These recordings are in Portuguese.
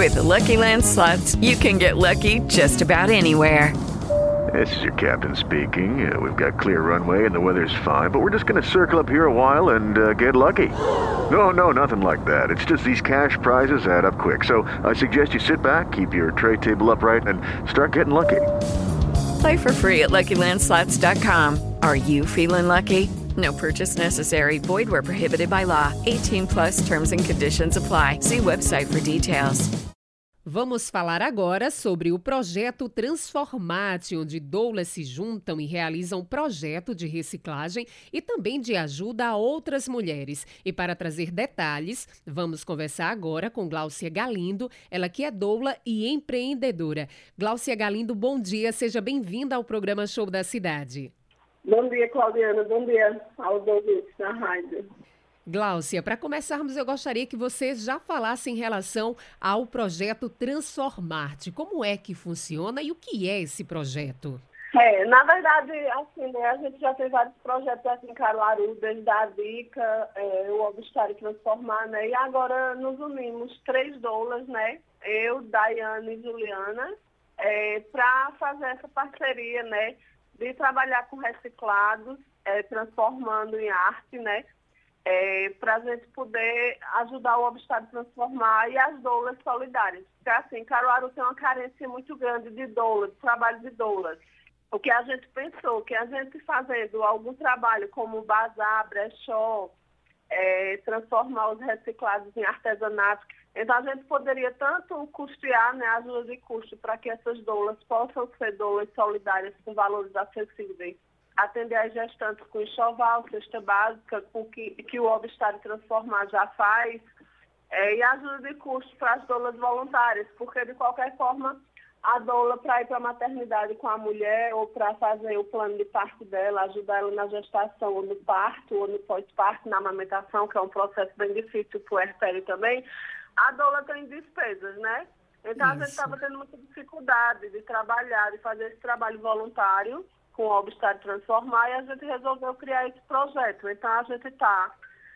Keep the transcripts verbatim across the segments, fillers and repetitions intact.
With the Lucky Land Slots, you can get lucky just about anywhere. This is your captain speaking. Uh, we've got clear runway and the weather's fine, but we're just going to circle up here a while and uh, get lucky. No, no, nothing like that. It's just these cash prizes add up quick. So I suggest you sit back, keep your tray table upright, and start getting lucky. Play for free at Lucky Land Slots dot com. Are you feeling lucky? No purchase necessary. Void where prohibited by law. eighteen plus terms and conditions apply. See website for details. Vamos falar agora sobre o projeto Transformate, onde doulas se juntam e realizam um projeto de reciclagem e também de ajuda a outras mulheres. E para trazer detalhes, vamos conversar agora com Gláucia Galindo, ela que é doula e empreendedora. Gláucia Galindo, bom dia, seja bem-vinda ao programa Show da Cidade. Bom dia, Claudiana. Bom dia aos ouvintes da rádio. Gláucia, para começarmos, eu gostaria que você já falasse em relação ao projeto Transformarte. Como é que funciona e o que é esse projeto? É, na verdade, assim, né, a gente já fez vários projetos aqui em Caruaru, desde a Dica, é, o Obstáculo Transformar, né? E agora nos unimos três doulas, né? Eu, Daiane e Juliana, é, para fazer essa parceria, né? De trabalhar com reciclados, é, transformando em arte, né? É, para a gente poder ajudar o Obstáculo a transformar e as doulas solidárias. Porque, assim, Caruaru tem uma carência muito grande de doulas, de trabalho de doulas. O que a gente pensou, que a gente fazendo algum trabalho como bazar, brechó, é, transformar os reciclados em artesanato, então a gente poderia tanto custear, né, ajuda de custo para que essas doulas possam ser doulas solidárias com valores acessíveis, atender as gestantes com enxoval, cesta básica, com que, que o Obstáculo Transformar já faz, é, e ajuda de custo para as doulas voluntárias, porque de qualquer forma a doula para ir para a maternidade com a mulher ou para fazer o plano de parto dela, ajudar ela na gestação ou no parto ou no pós-parto, na amamentação, que é um processo bem difícil, puerpério também, a doula tem despesas, né? Então Isso. a gente estava tendo muita dificuldade de trabalhar, de fazer esse trabalho voluntário com o Obstáculo Transformar, e a gente resolveu criar esse projeto. Então, a gente está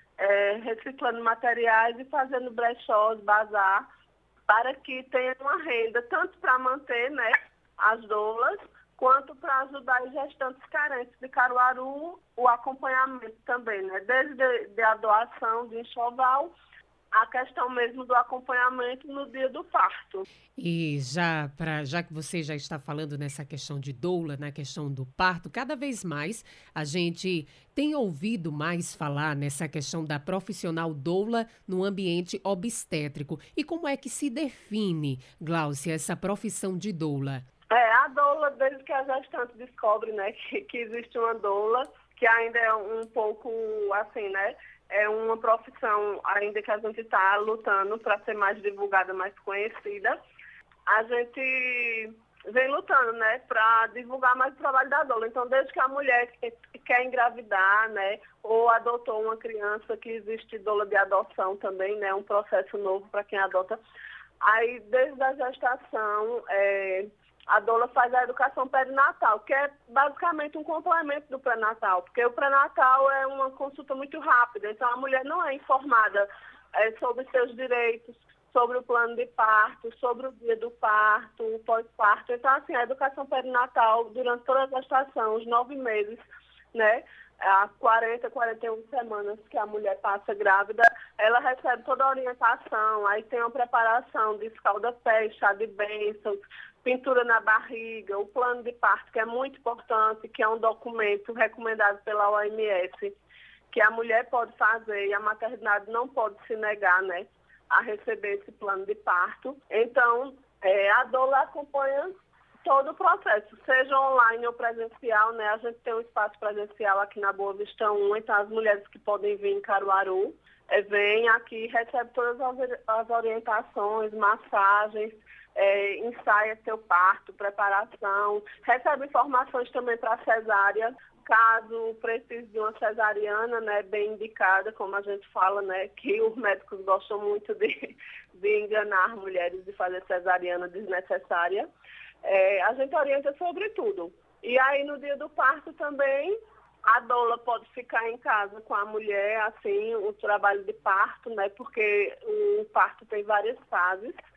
é, reciclando materiais e fazendo brechós, bazar, para que tenha uma renda, tanto para manter, né, as doulas, quanto para ajudar as gestantes carentes de Caruaru, o acompanhamento também, né, desde de, a doação de enxoval, a questão mesmo do acompanhamento no dia do parto. E já, pra, já que você já está falando nessa questão de doula, na questão do parto, cada vez mais a gente tem ouvido mais falar nessa questão da profissional doula no ambiente obstétrico. E como é que se define, Gláucia, essa profissão de doula? É, a doula, desde que a gestante descobre, né, que, que existe uma doula, que ainda é um pouco assim, né, é uma profissão ainda que a gente está lutando para ser mais divulgada, mais conhecida. A gente vem lutando, né, para divulgar mais o trabalho da doula. Então, desde que a mulher quer engravidar, né, ou adotou uma criança, que existe doula de adoção também, né, um processo novo para quem adota. Aí, desde a gestação, é, a doula faz a educação perinatal, que é basicamente um complemento do pré-natal, porque o pré-natal é uma consulta muito rápida, então a mulher não é informada é, sobre seus direitos, sobre o plano de parto, sobre o dia do parto, o pós-parto. Então, assim, a educação perinatal, durante toda a gestação, os nove meses, né, as quarenta, quarenta e uma semanas que a mulher passa grávida, ela recebe toda a orientação, aí tem uma preparação de escalda-pé, chá de bênçãos, pintura na barriga, o plano de parto, que é muito importante, que é um documento recomendado pela O M S, que a mulher pode fazer e a maternidade não pode se negar, né, a receber esse plano de parto. Então, é, a doula acompanha todo o processo, seja online ou presencial, né? A gente tem um espaço presencial aqui na Boa Vista um, então as mulheres que podem vir em Caruaru, é, vêm aqui, recebem todas as, as orientações, massagens, é, ensaia seu parto, preparação, recebe informações também para a cesárea, caso precise de uma cesariana, né, bem indicada, como a gente fala, né, que os médicos gostam muito de, de enganar mulheres de fazer cesariana desnecessária. É, a gente orienta sobre tudo. E aí, no dia do parto também, a doula pode ficar em casa com a mulher, assim, o trabalho de parto, né, porque o parto tem várias fases.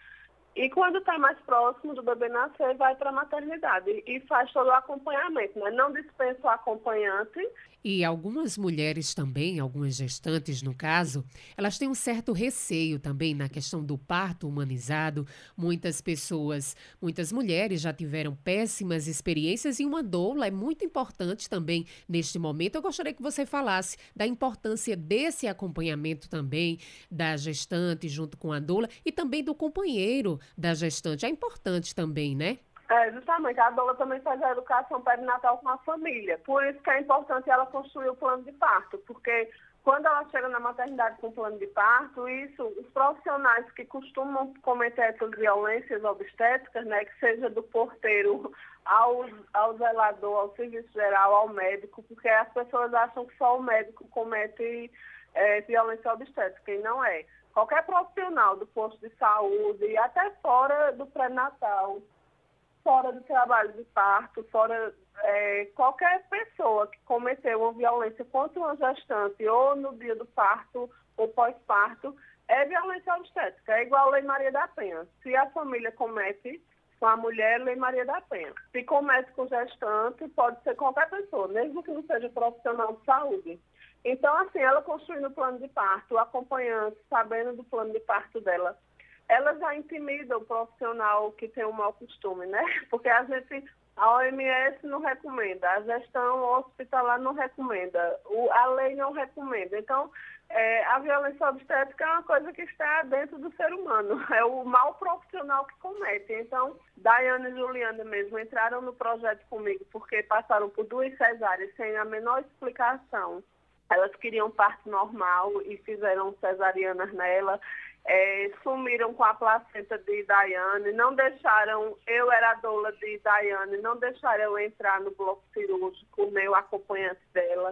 E quando está mais próximo do bebê nascer, vai para a maternidade e faz todo o acompanhamento, né? Não dispensa o acompanhante. E algumas mulheres também, algumas gestantes no caso, elas têm um certo receio também na questão do parto humanizado. Muitas pessoas, muitas mulheres já tiveram péssimas experiências e uma doula é muito importante também neste momento. Eu gostaria que você falasse da importância desse acompanhamento também da gestante junto com a doula e também do companheiro da gestante. É importante também, né? É, justamente, a doula também faz a educação perinatal com a família. Por isso que é importante ela construir o plano de parto, porque quando ela chega na maternidade com o plano de parto, isso, os profissionais que costumam cometer essas violências obstétricas, né, que seja do porteiro ao, ao zelador, ao serviço geral, ao médico, porque as pessoas acham que só o médico comete é, violência obstétrica, e não é. Qualquer profissional do posto de saúde, e até fora do pré-natal, fora do trabalho de parto, fora é, qualquer pessoa que cometeu uma violência contra uma gestante ou no dia do parto ou pós-parto, é violência obstétrica. É igual a Lei Maria da Penha. Se a família comete com a mulher, Lei Maria da Penha. Se comete com gestante, pode ser qualquer pessoa, mesmo que não seja profissional de saúde. Então, assim, ela construindo o plano de parto, o acompanhante, sabendo do plano de parto dela, ela já intimida o profissional que tem um mau costume, né? Porque a gente, a O M S não recomenda, a gestão hospitalar não recomenda, o, a lei não recomenda. Então, é, a violência obstétrica é uma coisa que está dentro do ser humano, é o mau profissional que comete. Então, Daiane e Juliana mesmo entraram no projeto comigo porque passaram por duas cesáreas sem a menor explicação. Elas queriam parto normal e fizeram cesarianas nela. É, sumiram com a placenta de Daiane, não deixaram, eu era a doula de Daiane, não deixaram eu entrar no bloco cirúrgico, nem o acompanhante dela.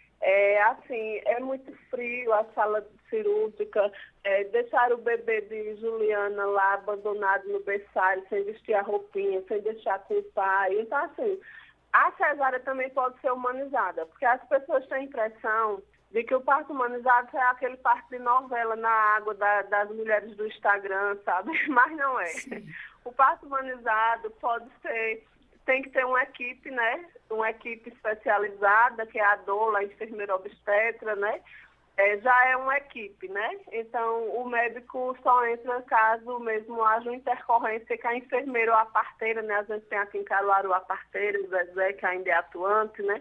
É, assim, é muito frio a sala cirúrgica, é, deixaram o bebê de Juliana lá abandonado no berçário, sem vestir a roupinha, sem deixar com o pai. Então, assim, a cesárea também pode ser humanizada, porque as pessoas têm a impressão de que o parto humanizado é aquele parto de novela na água da, das mulheres do Instagram, sabe? Mas não é. Sim. O parto humanizado pode ser, tem que ter uma equipe, né? Uma equipe especializada, que é a doula, a enfermeira obstetra, né? É, já é uma equipe, né? Então, o médico só entra caso mesmo haja uma intercorrência que a enfermeira ou a parteira, né? A gente tem aqui em Caruaru a parteira, o Zezé, que ainda é atuante, né?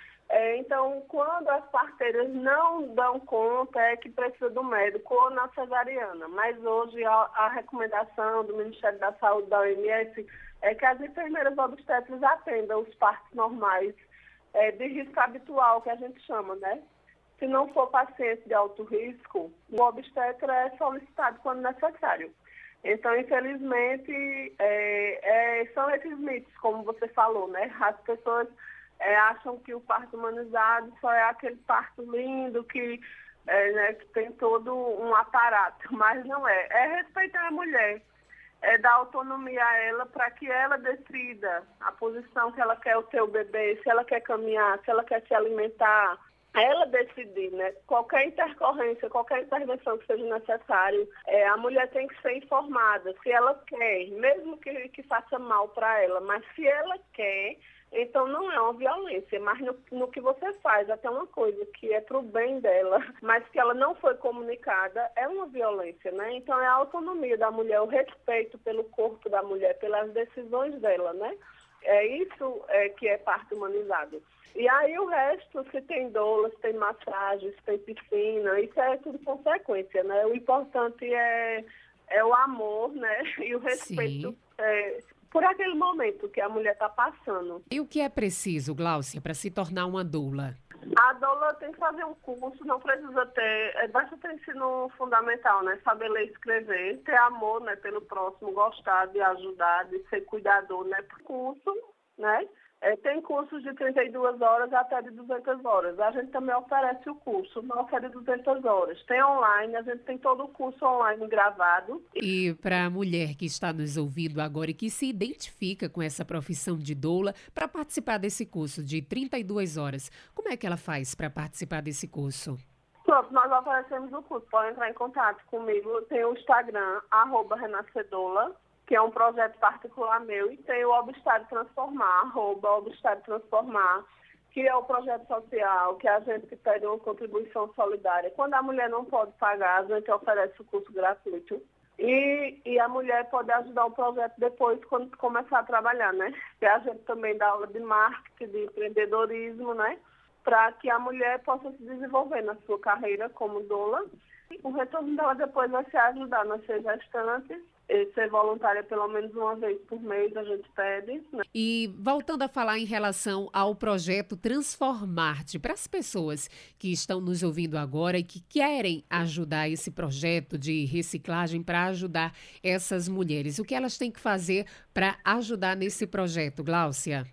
É, então, quando as parteiras não dão conta, é que precisa do médico ou na cesariana. Mas hoje a, a recomendação do Ministério da Saúde, da O M S, é que as enfermeiras obstetras atendam os partos normais é, de risco habitual, que a gente chama, né? Se não for paciente de alto risco, o obstetra é solicitado quando necessário. Então, infelizmente, é, é, são esses mitos, como você falou, né? As pessoas É, acham que o parto humanizado só é aquele parto lindo que, é, né, que tem todo um aparato, mas não é. É respeitar a mulher, é dar autonomia a ela para que ela decida a posição que ela quer o seu bebê, se ela quer caminhar, se ela quer se alimentar, ela decidir, né? Qualquer intercorrência, qualquer intervenção que seja necessário, é, a mulher tem que ser informada se ela quer, mesmo que, que faça mal para ela, mas se ela quer, então não é uma violência, mas no, no que você faz, até uma coisa que é para o bem dela, mas que ela não foi comunicada, é uma violência, né? Então é a autonomia da mulher, o respeito pelo corpo da mulher, pelas decisões dela, né? É isso é, que é parto humanizado. E aí o resto, se tem doula, se tem massagem, se tem piscina, isso é tudo consequência, né? O importante é, é o amor, né? E o respeito é, por aquele momento que a mulher está passando. E o que é preciso, Gláucia, para se tornar uma doula? A doula tem que fazer um curso, não precisa ter, é, basta ter ensino fundamental, né? Saber ler e escrever, ter amor, né, pelo próximo, gostar de ajudar, de ser cuidador, né? Curso, né? É, tem cursos de trinta e duas horas até de duzentas horas. A gente também oferece o curso, não oferece duzentas horas. Tem online, a gente tem todo o curso online gravado. E para a mulher que está nos ouvindo agora e que se identifica com essa profissão de doula, para participar desse curso de trinta e duas horas, como é que ela faz para participar desse curso? Pronto, nós oferecemos o curso. Podem entrar em contato comigo. Tem o Instagram, arroba Renascedola, que é um projeto particular meu, e tem o Obstário Transformar, arroba Obstário Transformar, que é o projeto social, que a gente pede uma contribuição solidária. Quando a mulher não pode pagar, a gente oferece o curso gratuito. E, e a mulher pode ajudar o projeto depois, quando começar a trabalhar, né? E a gente também dá aula de marketing, de empreendedorismo, né? Para que a mulher possa se desenvolver na sua carreira como doula. O retorno dela depois vai ser ajudar a ser gestante, ser voluntária pelo menos uma vez por mês, a gente pede. Né? E voltando a falar em relação ao projeto Transformar-te, para as pessoas que estão nos ouvindo agora e que querem ajudar esse projeto de reciclagem para ajudar essas mulheres, o que elas têm que fazer para ajudar nesse projeto, Gláucia?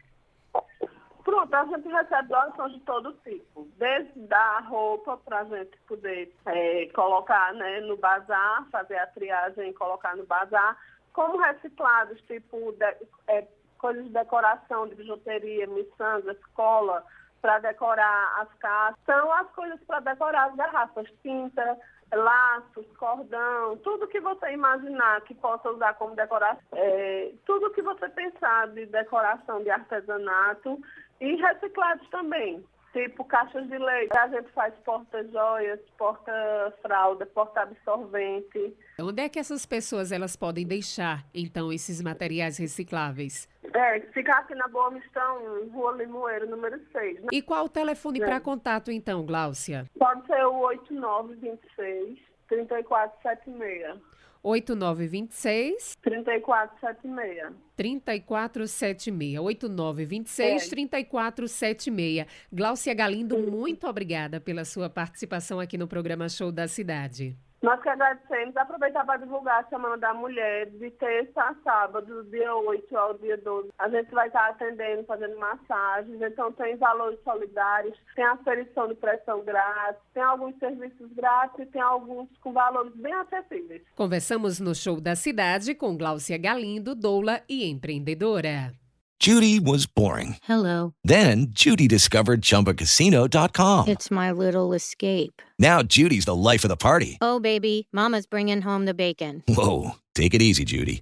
Pronto, a gente recebe doações de todo tipo, desde dar roupa para a gente poder é, colocar, né, no bazar, fazer a triagem e colocar no bazar, como reciclados, tipo de, é, coisas de decoração, de bijuteria, miçangas, cola, para decorar as caixas. São as coisas para decorar as garrafas, tinta, laços, cordão, tudo que você imaginar que possa usar como decoração, é, tudo que você pensar de decoração, de artesanato, e reciclados também, tipo caixas de leite. A gente faz porta-joias, porta-fralda, porta-absorvente. Onde é que essas pessoas elas podem deixar, então, esses materiais recicláveis? É, fica aqui na Boa Missão, Rua Limoeiro, número seis. Né? E qual o telefone é. para contato, então, Gláucia? Pode ser o oito nove dois seis, três quatro sete seis. oito nove dois seis, três quatro sete seis. três quatro sete seis. oito nove dois seis, é. três quatro sete seis. Gláucia Galindo, muito obrigada pela sua participação aqui no programa Show da Cidade. Nós que agradecemos. Aproveitar para divulgar a Semana da Mulher, de terça a sábado, do dia oito ao dia doze. A gente vai estar atendendo, fazendo massagens, então tem valores solidários, tem aferição de pressão grátis, tem alguns serviços grátis e tem alguns com valores bem acessíveis. Conversamos no Show da Cidade com Gláucia Galindo, doula e empreendedora. Judy was boring. Hello. Then Judy discovered Chumba Casino dot com. It's my little escape. Now Judy's the life of the party. Oh, baby, mama's bringing home the bacon. Whoa, take it easy, Judy.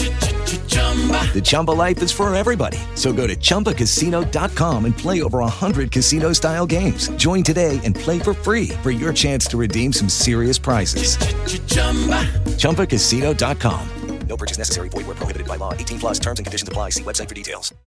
The Chumba life is for everybody. So go to Chumba Casino dot com and play over one hundred casino-style games. Join today and play for free for your chance to redeem some serious prizes. Chumba Casino dot com. No purchase necessary. Void where prohibited by law. eighteen plus terms and conditions apply. See website for details.